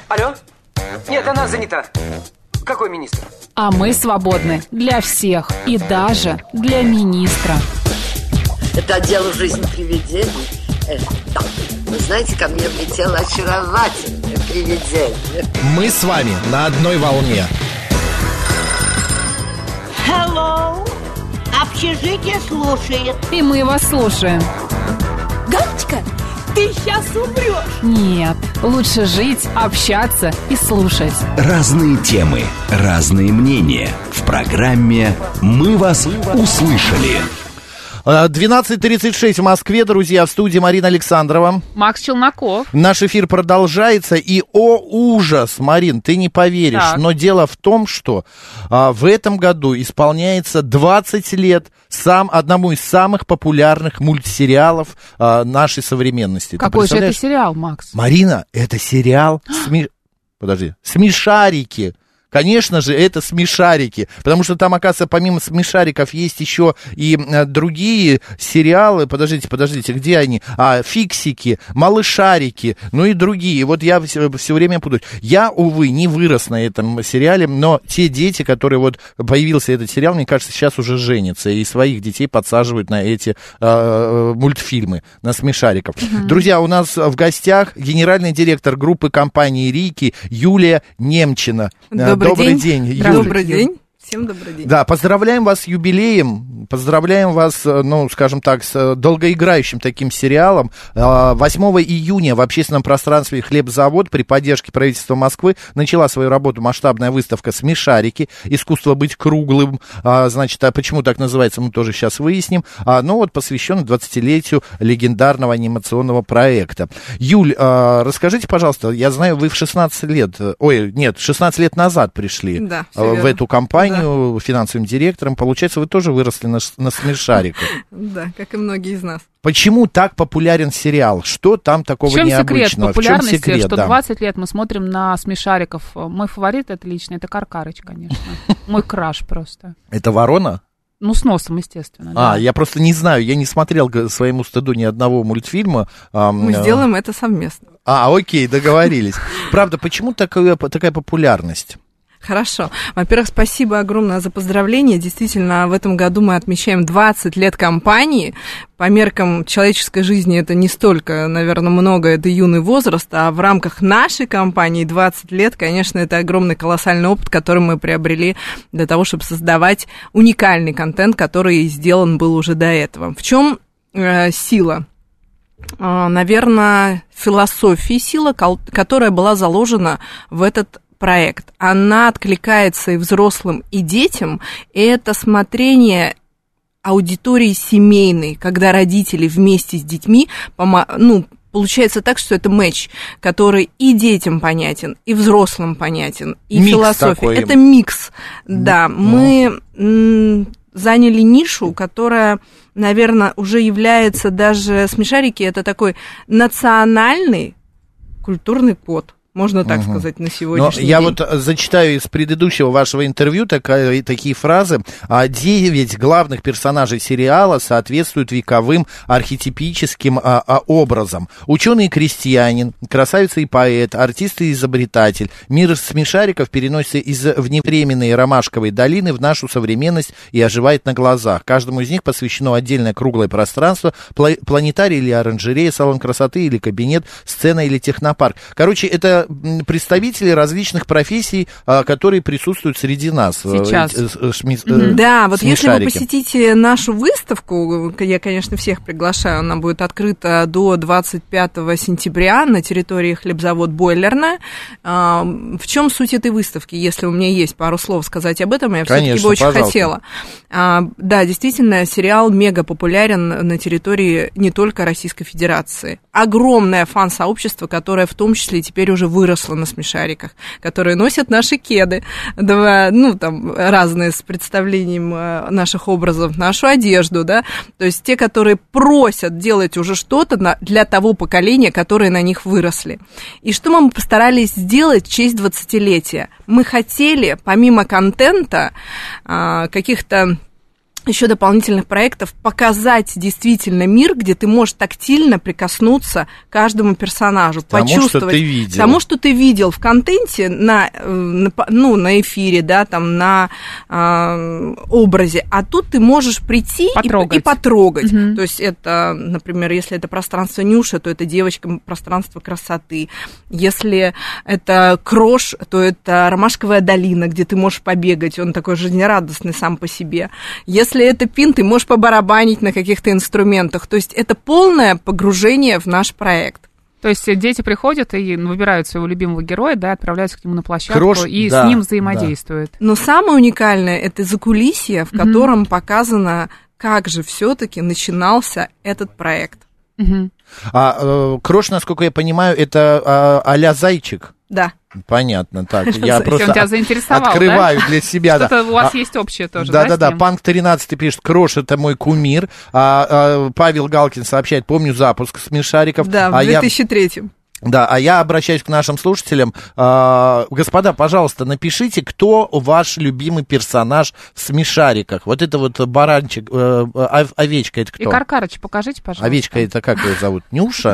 Алло? Нет, она занята. Какой министр? А мы свободны для всех и даже для министра. Это отдел «Жизнь привидений». Да. Вы знаете, ко мне влетело очаровательное привидение. Мы с вами на одной волне. Hello. Общежитие слушает. И мы вас слушаем. Галочка, ты сейчас умрешь. Нет, лучше жить, общаться и слушать. Разные темы, разные мнения. В программе «Мы вас услышали». 12:36 в Москве, друзья, в студии Марина Александрова. Макс Челноков. Наш эфир продолжается, и, о ужас, Марин, ты не поверишь, Так. но дело в том, что в этом году исполняется 20 лет одному из самых популярных мультсериалов нашей современности. Какой же это сериал, Макс? Марина, это сериал «Смешарики». Конечно же, это «Смешарики», потому что там, оказывается, помимо «Смешариков» есть еще и другие сериалы. Подождите, где они? «Фиксики», «Малышарики», ну и другие. Вот я все время путаюсь. Я, увы, не вырос на этом сериале, но те дети, которые вот появился этот сериал, мне кажется, сейчас уже женятся и своих детей подсаживают на эти мультфильмы, на «Смешариков». Друзья, у нас в гостях генеральный директор группы компании «Рики» Юлия Немчина. Добрый день, Юля. Добрый день. Всем добрый день. Да, поздравляем вас с юбилеем, поздравляем вас, ну, скажем так, с долгоиграющим таким сериалом. 8 июня в общественном пространстве «Хлебзавод» при поддержке правительства Москвы начала свою работу масштабная выставка «Смешарики. Искусство быть круглым». Значит, почему так называется, мы тоже сейчас выясним. Ну, вот посвящена 20-летию легендарного анимационного проекта. Юль, расскажите, пожалуйста, я знаю, вы в 16 лет назад пришли в эту компанию, финансовым директором. Получается, вы тоже выросли на «Смешариках». Да, как и многие из нас. Почему так популярен сериал? Что там такого необычного? В чем секрет популярности, что да. 20 лет мы смотрим на «Смешариков». Мой фаворит это лично, это Каркарыч, конечно. Мой краш просто. Это ворона? Ну, с носом, естественно. Да. Я просто не знаю, я не смотрел к своему стыду ни одного мультфильма. Мы сделаем это совместно. Окей, договорились. Правда, почему такая популярность? Хорошо. Во-первых, спасибо огромное за поздравления. Действительно, в этом году мы отмечаем 20 лет компании. По меркам человеческой жизни это не столько, наверное, много, это юный возраст, а в рамках нашей компании 20 лет, конечно, это огромный колоссальный опыт, который мы приобрели для того, чтобы создавать уникальный контент, который сделан был уже до этого. В чем сила? Наверное, философия сила, которая была заложена в этот проект. Она откликается и взрослым, и детям. И это смотрение аудитории семейной, когда родители вместе с детьми, получается так, что это матч, который и детям понятен, и взрослым понятен, и микс философия. Такой. Это микс. Да, мы заняли нишу, которая, наверное, уже является даже «Смешарики» — это такой национальный культурный код. Можно так сказать, на сегодняшний день. Я вот зачитаю из предыдущего вашего интервью такие фразы. 9 главных персонажей сериала соответствуют вековым архетипическим образам. Ученый и крестьянин, красавица и поэт, артист и изобретатель. Мир смешариков переносится из вневременной ромашковой долины в нашу современность и оживает на глазах. Каждому из них посвящено отдельное круглое пространство, планетарий или оранжерея, салон красоты или кабинет, сцена или технопарк. Короче, это представители различных профессий, которые присутствуют среди нас. Сейчас. Да, вот если вы посетите нашу выставку, я, конечно, всех приглашаю, она будет открыта до 25 сентября на территории «Хлебзавод» Бойлерная. В чем суть этой выставки? Если у меня есть пару слов сказать об этом, я все-таки бы очень хотела. Да, действительно, сериал мега популярен на территории не только Российской Федерации. Огромное фан-сообщество, которое в том числе теперь уже выросло на «Смешариках», которые носят наши кеды, разные с представлением наших образов, нашу одежду, да, то есть те, которые просят делать уже что-то для того поколения, которые на них выросли. И что мы постарались сделать в честь 20-летия? Мы хотели, помимо контента, каких-то еще дополнительных проектов, показать действительно мир, где ты можешь тактильно прикоснуться к каждому персонажу, почувствовать тому, что ты видел в контенте на эфире, да, там, на образе, а тут ты можешь прийти и потрогать. Угу. То есть это, например, если это пространство Нюша, то это девочка, пространство красоты. Если это Крош, то это Ромашковая долина, где ты можешь побегать, он такой жизнерадостный сам по себе. Если это Пин, ты можешь побарабанить на каких-то инструментах. То есть это полное погружение в наш проект. То есть дети приходят и выбирают своего любимого героя, да, отправляются к нему на площадку и с ним взаимодействуют. Да. Но самое уникальное – это закулисье, в котором показано, как же все-таки начинался этот проект. Крош, насколько я понимаю, это а-ля зайчик? Да. Понятно, так, я просто заинтересовал, открываю для себя. Что-то у вас есть общее тоже, да? Панк 13 пишет, Крош — это мой кумир. Павел Галкин сообщает, помню запуск смешариков. Да, в 2003-м. Да, а я обращаюсь к нашим слушателям. Господа, пожалуйста, напишите, кто ваш любимый персонаж в смешариках. Вот это вот баранчик, овечка — это кто? И Каркарыч, покажите, пожалуйста. Овечка — это как ее зовут? Нюша?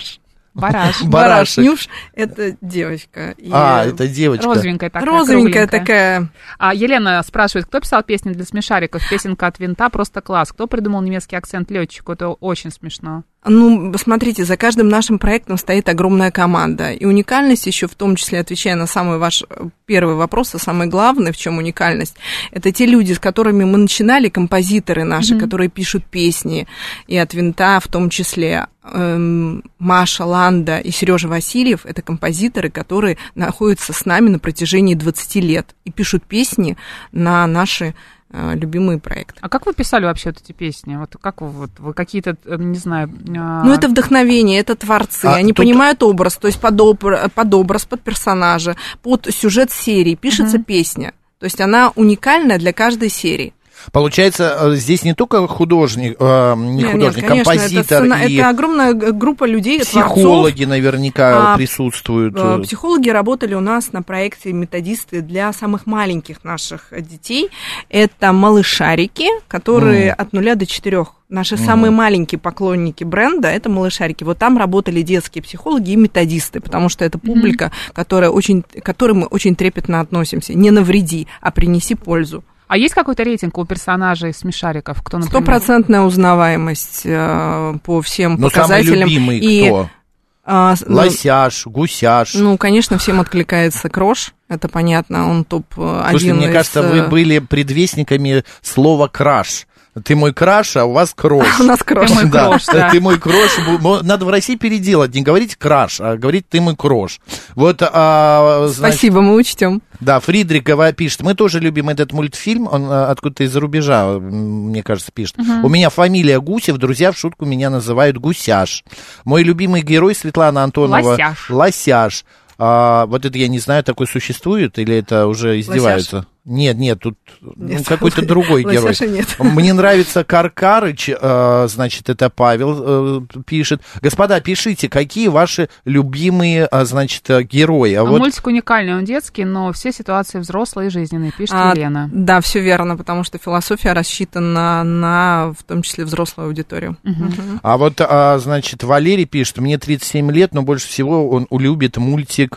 Бараш. Нюш — это девочка. Это девочка. Розовенькая такая. Елена спрашивает, кто писал песни для смешариков? Песенка от Винта просто класс. Кто придумал немецкий акцент летчику? Это очень смешно. Смотрите, за каждым нашим проектом стоит огромная команда. И уникальность еще, в том числе, отвечая на самый ваш первый вопрос, а самый главный, в чем уникальность, это те люди, с которыми мы начинали, композиторы наши, которые пишут песни, и от Винта в том числе. Маша Ланда и Сережа Васильев — это композиторы, которые находятся с нами на протяжении 20 лет и пишут песни на наши любимые проекты. А как вы писали вообще вот эти песни? Вот как вы какие-то, не знаю... это вдохновение, это творцы. Они понимают образ, то есть под образ, под персонажа, под сюжет серии пишется песня. То есть она уникальная для каждой серии. Получается, здесь не только художник, композитор это огромная группа людей, психологи творцов. Наверняка присутствуют. Психологи работали у нас на проекте «Методисты» для самых маленьких наших детей. Это малышарики, которые от 0 до 4. Наши самые маленькие поклонники бренда — это малышарики. Вот там работали детские психологи и методисты, потому что это публика, к которой мы очень трепетно относимся. Не навреди, а принеси пользу. А есть какой-то рейтинг у персонажей смешариков? Кто, например? 100% узнаваемость по всем показателям. Самый любимый кто? Лосяш, гусяш. Конечно, всем откликается Крош. Это понятно, он топ-1. Слушайте, мне кажется, вы были предвестниками слова «краш». Ты мой краш, а у вас крош. У нас крош. Ты мой крош, да. Ты мой крош. Надо в России переделать, не говорить краш, а говорить ты мой крош. Вот, спасибо, мы учтем. Да, Фридрикова пишет, мы тоже любим этот мультфильм, он откуда-то из-за рубежа, мне кажется, пишет. У меня фамилия Гусев, друзья в шутку меня называют Гусяш. Мой любимый герой Светлана Антонова. Лосяш. Вот это я не знаю, такой существует или это уже издеваются? Лосяш? Нет, тут какой-то другой герой. Лосяша нет. Мне нравится Каркарыч, значит, это Павел пишет. Господа, пишите, какие ваши любимые, значит, герои. Мультик уникальный, он детский, но все ситуации взрослые и жизненные, пишет Елена. Да, все верно, потому что философия рассчитана на, в том числе, взрослую аудиторию. А вот, значит, Валерий пишет, мне 37 лет, но больше всего он любит мультик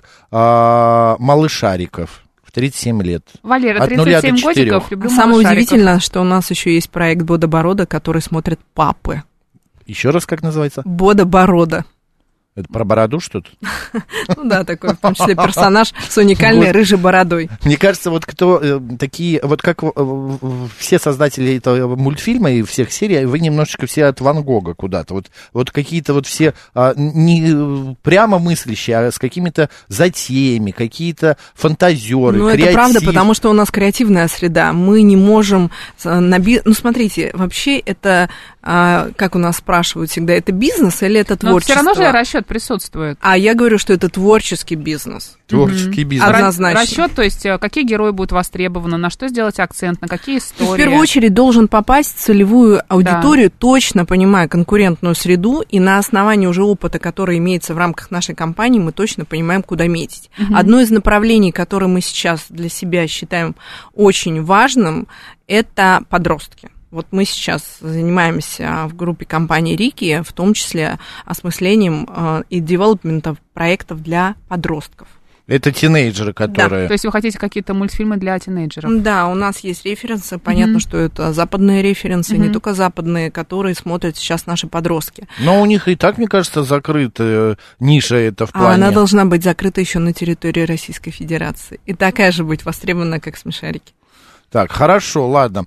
«Малышариков». 37 лет. Валера, 37 годиков, люблю Самое удивительное, что у нас еще есть проект Бода-Борода, который смотрят папы. Еще раз, как называется? Бода-Борода. Это про бороду что-то? Да, такой, в том числе, персонаж с уникальной рыжей бородой. Мне кажется, вот кто такие, вот как все создатели этого мультфильма и всех серий, вы немножечко все от Ван Гога куда-то. Вот какие-то вот все не прямо мыслящие, а с какими-то затеями, какие-то фантазеры, креатив. Это правда, потому что у нас креативная среда. Мы не можем... смотрите, вообще это, как у нас спрашивают всегда, это бизнес или это творчество? Но все равно же расчет присутствует. А я говорю, что это творческий бизнес. Творческий бизнес. Однозначно. Расчет, то есть какие герои будут востребованы, на что сделать акцент, на какие истории. В первую очередь должен попасть в целевую аудиторию, точно понимая конкурентную среду, и на основании уже опыта, который имеется в рамках нашей компании, мы точно понимаем, куда метить. Одно из направлений, которое мы сейчас для себя считаем очень важным, это подростки. Вот мы сейчас занимаемся в группе компании «Рики», в том числе осмыслением и девелопментом проектов для подростков. Это тинейджеры, которые... Да. То есть вы хотите какие-то мультфильмы для тинейджеров? Да, у нас есть референсы. Понятно, что это западные референсы, не только западные, которые смотрят сейчас наши подростки. Но у них и так, мне кажется, закрыта ниша это в плане... Она должна быть закрыта еще на территории Российской Федерации. И такая же быть востребована, как смешарики. Так, хорошо, ладно.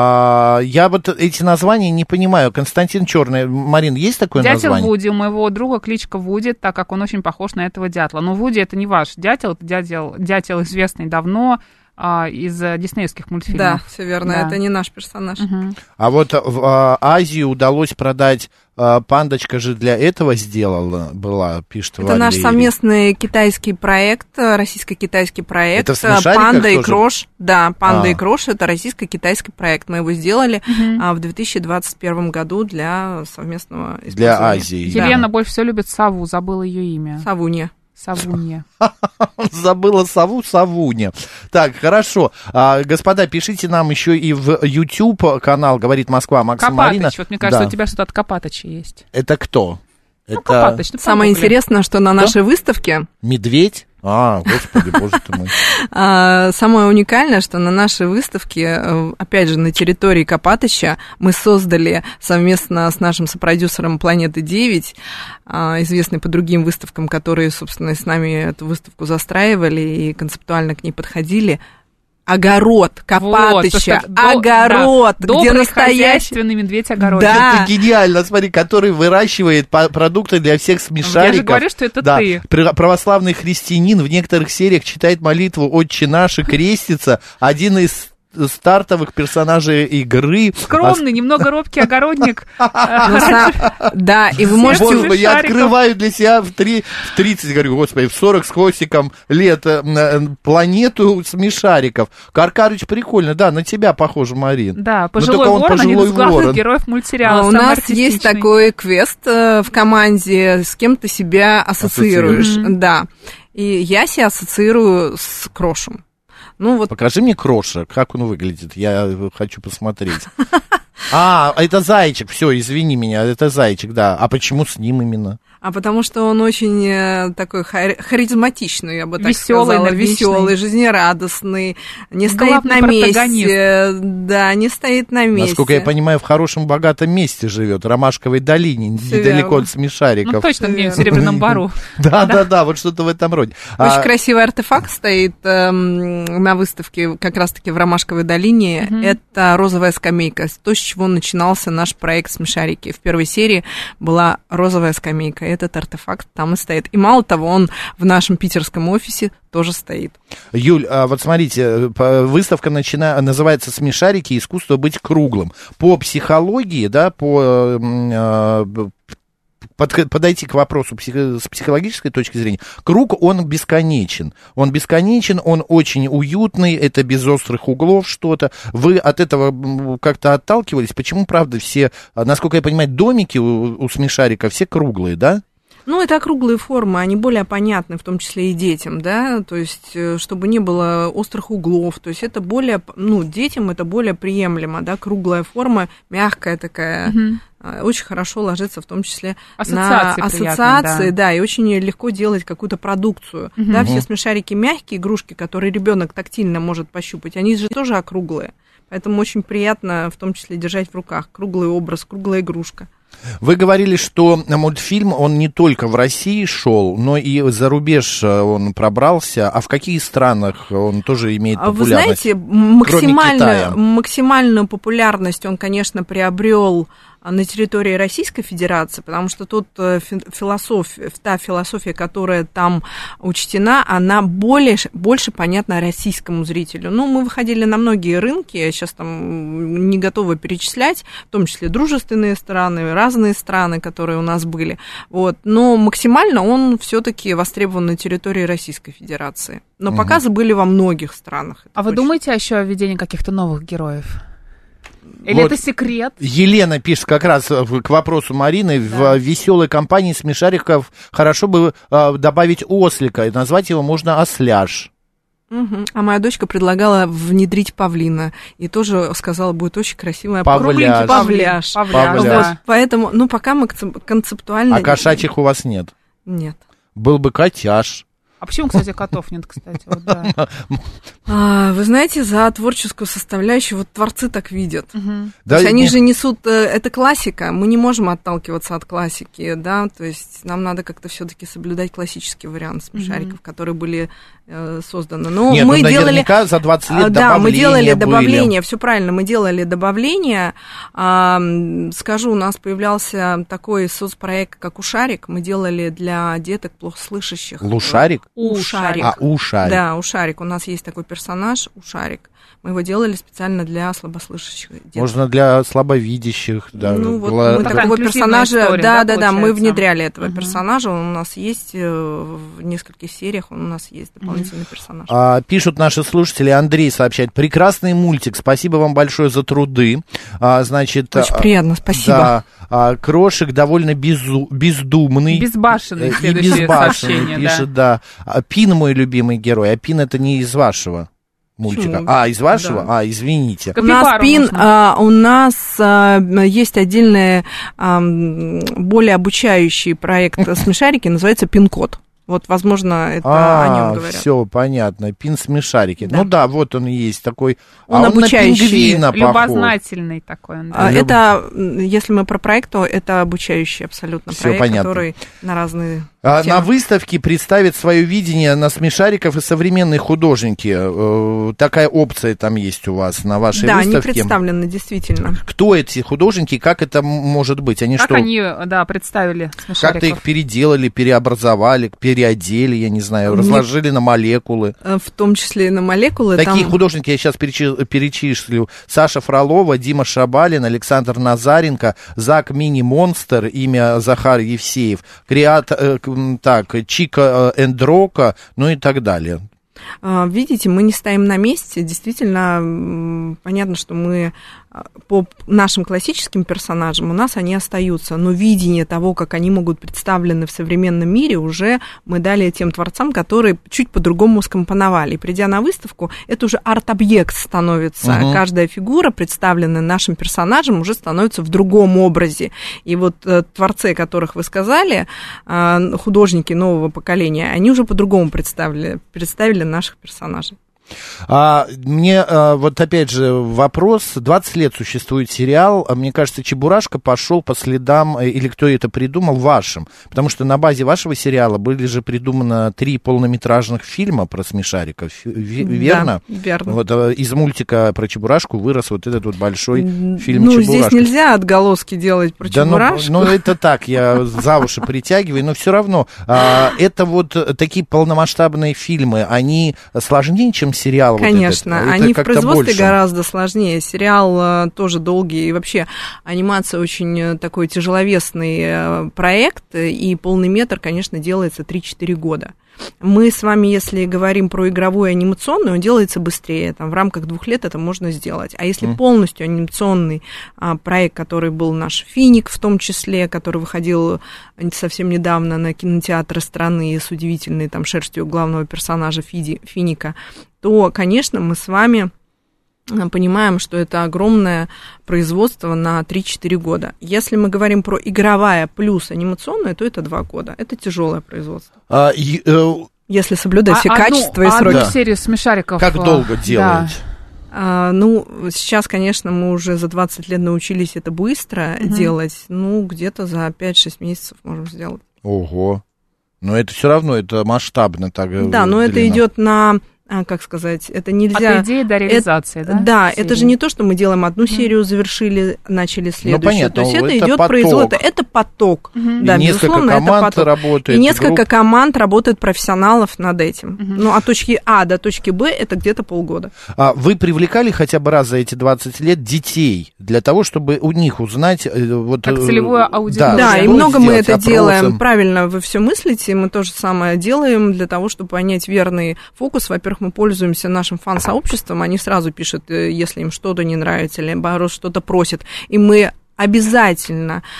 Я вот эти названия не понимаю. Константин Черный. Марин, есть такое дятел название? Вуди. У моего друга кличка Вуди, так как он очень похож на этого дятла. Но Вуди это не ваш дятел, это дятел известный давно из диснеевских мультфильмов. Да, все верно, да. Это не наш персонаж. А вот в Азию удалось продать... Пандочка же для этого сделала, была, пишет Это Валерий. наш совместный китайский проект, российско-китайский проект. Это в смешариках «Панда тоже? и Крош». Да, «Панда и Крош» — это российско-китайский проект. Мы его сделали в 2021 году для совместного использования. Для Азии. Елена больше всего любит сову, забыла ее имя. Савунья. Савунья. Забыла сову, Савуня. Так, хорошо. Господа, пишите нам еще и в YouTube канал «Говорит Москва». Максим Марина. Копатыч. Вот мне кажется, у тебя что-то от Копатыча есть. Это кто? Это Копатыч. Самое интересное, что на нашей выставке... Медведь? Господи, боже ты мой. Самое уникальное, что на нашей выставке, опять же, на территории Копатыча, мы создали совместно с нашим сопродюсером «Планеты-9», известный по другим выставкам, которые, собственно, с нами эту выставку застраивали и концептуально к ней подходили, огород Копатыча, огород, где настоящий хозяйственный медведь-огородник. Да. Это гениально, смотри, который выращивает продукты для всех смешариков. Я же говорю, что это ты. Православный христианин в некоторых сериях читает молитву «Отче наш» и крестится. Один из стартовых персонажей игры. Скромный, немного робкий огородник. Да, и вы можете... Боже мой, я открываю для себя в 30, говорю, господи, в 40 с хвостиком лет планету смешариков. Каркарыч прикольно, да, на тебя похоже, Марин. Да, пожилой ворон, один из главных героев мультсериала. У нас есть такой квест в команде, с кем ты себя ассоциируешь. Да, и я себя ассоциирую с Крошем. Ну, вот. Покажи мне Кроша, как он выглядит, я хочу посмотреть. Это зайчик, все, извини меня, это зайчик, да. А почему с ним именно? А потому что он очень такой харизматичный, я бы так веселый, сказала. Веселый, жизнерадостный, не стоит на месте. Да, не стоит на месте. Насколько я понимаю, в хорошем, богатом месте живет, Ромашковой долине, недалеко от смешариков. Ну, точно, где в Серебряном Бару. Да, вот что-то в этом роде. Очень красивый артефакт стоит на выставке как раз-таки в Ромашковой долине. Это розовая скамейка, то, с чего начинался наш проект «Смешарики». В первой серии была розовая скамейка. Этот артефакт там и стоит. И мало того, он в нашем питерском офисе тоже стоит. Юль, вот смотрите, выставка называется «Смешарики. Искусство быть круглым». По психологии, да, подойти к вопросу с психологической точки зрения, круг, он бесконечен. Он бесконечен, он очень уютный, это без острых углов что-то. Вы от этого как-то отталкивались? Почему, правда, все, насколько я понимаю, домики у смешариков все круглые, да? Ну, это округлые формы, они более понятны, в том числе и детям, да, то есть, чтобы не было острых углов, то есть это более, детям это более приемлемо, да, круглая форма, мягкая такая, очень хорошо ложится в том числе на ассоциации, да, и очень легко делать какую-то продукцию, да, все смешарики мягкие, игрушки, которые ребенок тактильно может пощупать, они же тоже округлые, поэтому очень приятно в том числе держать в руках круглый образ, круглая игрушка. Вы говорили, что мультфильм, он не только в России шел, но и за рубеж он пробрался. А в каких странах он тоже имеет популярность? Вы знаете, максимальную популярность он, конечно, приобрел на территории Российской Федерации, потому что тут та философия, которая там учтена, она больше понятна российскому зрителю. Мы выходили на многие рынки, я сейчас там не готова перечислять, в том числе дружественные страны, разные страны, которые у нас были. Но максимально он все-таки востребован на территории Российской Федерации. Но показы были во многих странах. А вы думаете еще о введении каких-то новых героев? Или это секрет? Елена пишет как раз к вопросу Марины. Да. В веселой компании смешариков хорошо бы добавить ослика, и назвать его можно осляж. А моя дочка предлагала внедрить павлина. И тоже сказала, будет очень красивая Павляж. Павляж. Павляж. Вот, поэтому, пока мы концептуально... А кошачьих у вас нет? Нет. Был бы котяж. А почему, кстати, котов нет, кстати? Вот, да. Вы знаете, за творческую составляющую вот творцы так видят. Да, То есть они же несут... Это классика, мы не можем отталкиваться от классики, да, то есть нам надо как-то все-таки соблюдать классический вариант смешариков, которые были созданы. Но нет, мы делали... наверняка за 20 лет добавления да, мы делали были. добавления, все правильно, мы делали добавления. Скажу, у нас появлялся такой соцпроект, как «Ушарик», мы делали для деток плохо слышащих. Лушарик? Ушарик. Ушарик. Да, Ушарик. У нас есть такой персонаж, Ушарик. Мы его делали специально для слабослышащих деток. Можно для слабовидящих. Да, ну, вот мы такого персонажа... История, да, мы внедряли этого персонажа. Он у нас есть в нескольких сериях, он у нас есть дополнительный персонаж. Пишут наши слушатели, Андрей сообщает, прекрасный мультик, спасибо вам большое за труды. Значит, очень приятно, спасибо. Да, Крошик довольно бездумный. Безбашенный, следующее безбашенный, сообщение, пишет, да. Пин мой любимый герой, а Пин это не из вашего мультика. Почему? Из вашего? Да. Извините. У нас Пин, у нас есть отдельный, более обучающий проект «Смешарики», называется «Пин-код». Вот, возможно, это о нем говорят. Все понятно. Пин-смешарики. Да. Ну да, вот он и есть такой. Он обучающий, на пингвина любознательный такой. Да. Это, если мы про проект, то это обучающий абсолютно Всё проект, понятно. который на разные темы. На выставке представит свое видение на смешариков и современные художники. Такая опция там есть у вас на вашей выставке. Да, они представлены, действительно. Кто эти художники и как это может быть? Они как они, представили смешариков? Как-то их переделали, переобразовали, переодели, я не знаю, разложили на молекулы. В том числе и на молекулы. Такие художники я сейчас перечислю. Саша Фролова, Дима Шабалин, Александр Назаренко, Зак Мини-Монстер, имя Захар Евсеев, Чика Эндрока, ну и так далее. Видите, мы не стоим на месте. Действительно, понятно, что мы по нашим классическим персонажам у нас они остаются, но видение того, как они могут представлены в современном мире, уже мы дали тем творцам, которые чуть по-другому скомпоновали. И придя на выставку, это уже арт-объект становится. Каждая фигура, представленная нашим персонажем, уже становится в другом образе. И вот творцы, о которых вы сказали, художники нового поколения, они уже по-другому представили наших персонажей. Мне вот опять же вопрос. 20 лет существует сериал. Мне кажется, Чебурашка пошел по следам, или кто это придумал, вашим. Потому что на базе вашего сериала были же придуманы 3 полнометражных фильма про смешариков. Верно? Да, верно. Вот из мультика про Чебурашку вырос вот этот вот большой фильм «Чебурашка». Здесь нельзя отголоски делать про Чебурашку. Ну, это так, я за уши притягиваю, но все равно. Это вот такие полномасштабные фильмы, они сложнее, чем сериал? Конечно, вот они в производстве больше. Гораздо сложнее. Сериал тоже долгий, и вообще анимация очень такой тяжеловесный проект, и полный метр, конечно, делается 3-4 года. Мы с вами, если говорим про игровой анимационный, он делается быстрее, там, в рамках 2 лет это можно сделать. А если полностью анимационный проект, который был наш «Финик», в том числе, который выходил совсем недавно на кинотеатры страны с удивительной там шерстью главного персонажа Финика, то, конечно, мы с вами понимаем, что это огромное производство на 3-4 года. Если мы говорим про игровое плюс анимационное, то это 2 года. Это тяжелое производство. Если соблюдать все качества и сроки. Одну серию смешариков. Как долго делать? Сейчас, конечно, мы уже за 20 лет научились это быстро делать. Где-то за 5-6 месяцев можем сделать. Ого. Но это все равно, это масштабно так. Да, но это идет на... как сказать, это нельзя... От идеи до реализации, да? Да, это же не то, что мы делаем одну серию, завершили, начали следующую. Понятно, то есть это идет поток. производство, это поток. Да, и несколько команд работает. И несколько команд работает профессионалов над этим. От точки А до точки Б это где-то полгода. Вы привлекали хотя бы раз за эти 20 лет детей для того, чтобы у них узнать... как целевую аудиторию. Да, и много мы это делаем. Правильно, вы все мыслите, мы то же самое делаем для того, чтобы понять верный фокус. Во-первых, мы пользуемся нашим фан-сообществом, они сразу пишут, если им что-то не нравится, или наоборот что-то просят, и мы обязательно,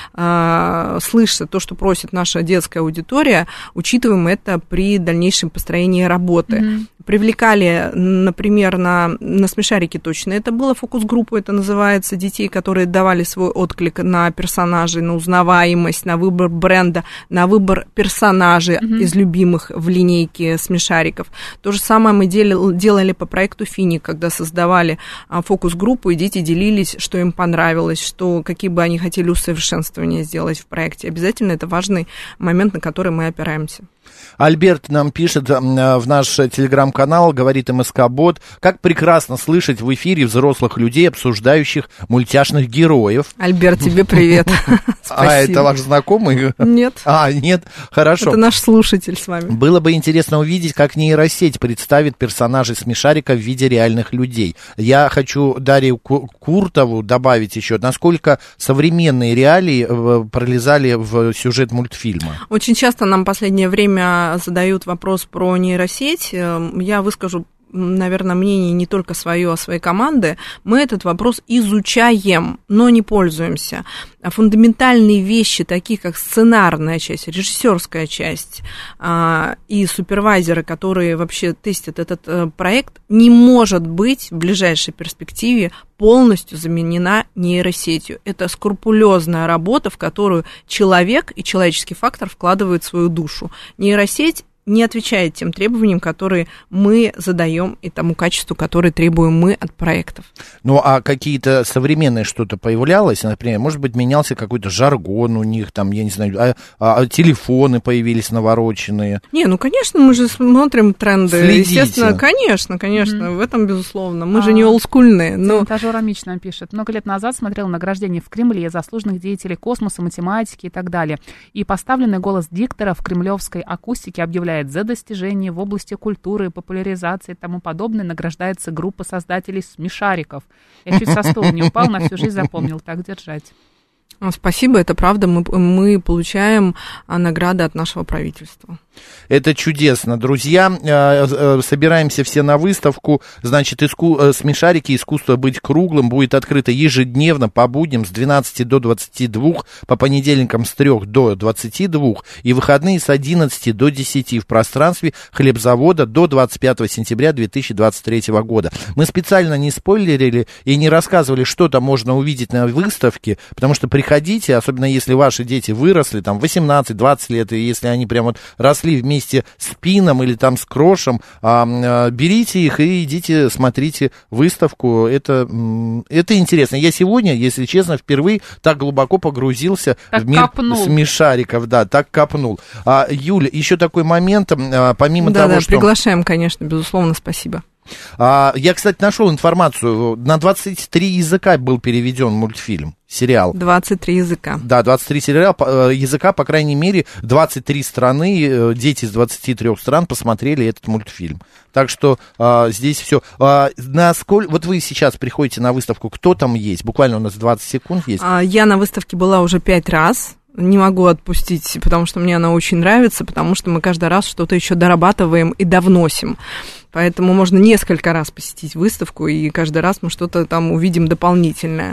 слыша то, что просит наша детская аудитория, учитываем это при дальнейшем построении работы. Привлекали, например, на смешарики точно. Это было фокус-группу, это называется, детей, которые давали свой отклик на персонажей, на узнаваемость, на выбор бренда, на выбор персонажей из любимых в линейке смешариков. То же самое мы делали по проекту «Финик», когда создавали фокус-группу, и дети делились, что им понравилось, какие бы они хотели усовершенствования сделать в проекте. Обязательно это важный момент, на который мы опираемся. Альберт нам пишет в наш телеграм-канал, говорит МСК-бот, как прекрасно слышать в эфире взрослых людей, обсуждающих мультяшных героев. Альберт, тебе привет. А это ваш знакомый? Нет. Нет, хорошо. Это наш слушатель с вами. Было бы интересно увидеть, как нейросеть представит персонажей смешарика в виде реальных людей. Я хочу Дарью Куртову добавить еще, насколько современные реалии пролезали в сюжет мультфильма. Очень часто нам в последнее время задают вопрос про нейросеть. Я выскажу, наверное, мнение не только свое, а своей команды. Мы этот вопрос изучаем, но не пользуемся. Фундаментальные вещи, такие как сценарная часть, режиссерская часть и супервайзеры, которые вообще тестят этот проект, не может быть в ближайшей перспективе полностью заменена нейросетью. Это скрупулезная работа, в которую человек и человеческий фактор вкладывают свою душу. Нейросеть не отвечает тем требованиям, которые мы задаем, и тому качеству, которое требуем мы от проектов. Ну, а какие-то современные что-то появлялось? Например, может быть, менялся какой-то жаргон у них, там, я не знаю, телефоны появились навороченные? Не, ну, конечно, мы же смотрим тренды. Следите. Естественно, конечно, в этом, безусловно. Мы же не олдскульные. Но... Монтажер Амич нам пишет. Много лет назад смотрел награждение в Кремле заслуженных деятелей космоса, математики и так далее. И поставленный голос диктора в кремлевской акустике объявляет: за достижения в области культуры, популяризации и тому подобное награждается группа создателей смешариков. Я чуть со стула не упал, на всю жизнь запомнил. Так держать. Спасибо, это правда. Мы получаем награды от нашего правительства. Это чудесно, друзья. Собираемся все на выставку. Значит, смешарики «Искусство быть круглым» будет открыто ежедневно по будням с 12 до 22, по понедельникам с 3 до 22 и выходные с 11 до 10 в пространстве хлебзавода до 25 сентября 2023 года. Мы специально не спойлерили и не рассказывали, что там можно увидеть на выставке, потому что приходите, особенно если ваши дети выросли, там 18-20 лет, и если они прям вот росли вместе с Пином или там с Крошем, берите их и идите, смотрите выставку. Это интересно. Я сегодня, если честно, впервые так глубоко погрузился в мир смешариков. Да, так копнул. Юля, еще такой момент, помимо того, что... приглашаем, конечно, безусловно, спасибо. Я, кстати, нашел информацию. На 23 языка был переведен мультфильм, сериал. 23 языка. Да, 23 языка, по крайней мере, 23 страны, дети из 23 стран посмотрели этот мультфильм. Так что здесь все. Вот вы сейчас приходите на выставку, кто там есть? Буквально у нас 20 секунд есть. Я на выставке была уже 5 раз. Не могу отпустить, потому что мне она очень нравится, потому что мы каждый раз что-то еще дорабатываем и довносим. Поэтому можно несколько раз посетить выставку, и каждый раз мы что-то там увидим дополнительное.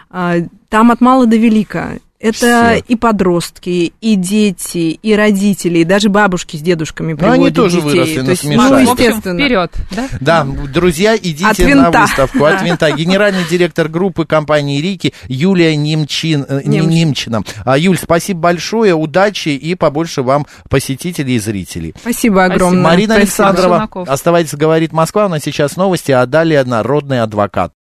Там от мала до велика. Это и подростки, и дети, и родители, и даже бабушки с дедушками приводят они тоже детей. выросли на смешариках. Ну, естественно. Вперед, да? Да, друзья, идите на выставку от винта. Генеральный директор группы компании «Рики» Юлия Немчина. Юль, спасибо большое, удачи и побольше вам посетителей и зрителей. Спасибо огромное. Марина Александрова, оставайтесь, говорит Москва, у нас сейчас новости, а далее народный адвокат.